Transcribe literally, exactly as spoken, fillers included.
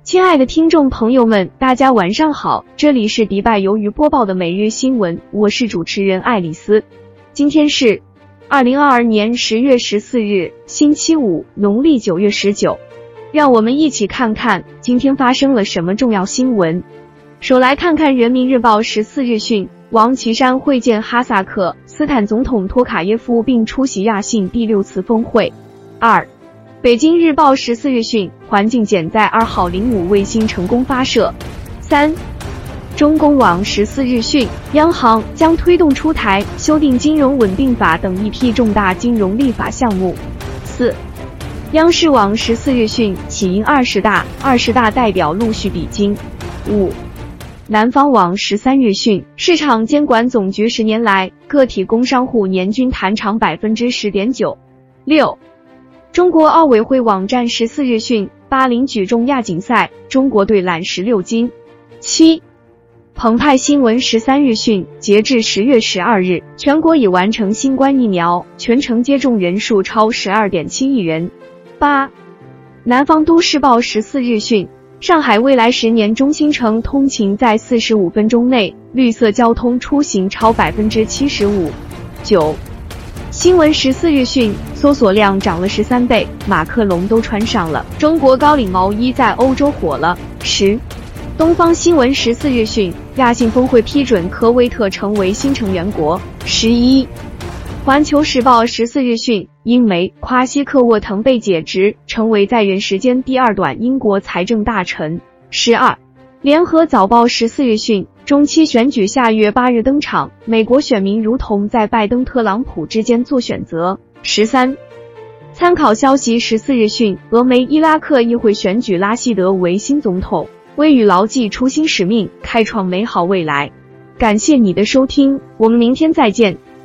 亲爱的听众朋友们，大家晚上好，这里是迪拜鱿鱼播报的每日新闻，我是主持人爱丽丝。今天是二零二二年十月十四日，星期五，农历九月十九。让我们一起看看今天发生了什么重要新闻。首来看看人民日报十四日讯，王岐山会见哈萨克斯坦总统托卡耶夫并出席亚信第六次峰会。二北京日报十四日讯，环境减载二号零五卫星成功发射。三中公网十四日讯，央行将推动出台修订金融稳定法等一批重大金融立法项目。四央视网十四日讯，起因二十大，二十大代表陆续抵京。五南方网十三日讯，市场监管总局十年来个体工商户年均谈长百分之十点九。六中国奥委会网站十四日讯，巴林举重亚锦赛，中国队揽十六金。七澎湃新闻十三日讯，截至十月十二日，全国已完成新冠疫苗全程接种人数超 十二点七亿人。八南方都市报十四日讯，上海未来十年中心城通勤在四十五分钟内，绿色交通出行超 百分之七十五。九新闻十四日讯，搜索量涨了十三倍，马克龙都穿上了，中国高领毛衣在欧洲火了。十东方新闻十四日讯，亚信峰会批准科威特成为新成员国。十一环球时报十四日讯，英媒夸希克沃滕被解职，成为在任时间第二短英国财政大臣。十二联合早报十四日讯，中期选举下月八日登场，美国选民如同在拜登特朗普之间做选择。十三参考消息十四日讯，俄媒伊拉克议会选举拉希德为新总统，为与牢记初心使命，开创美好未来。感谢你的收听，我们明天再见。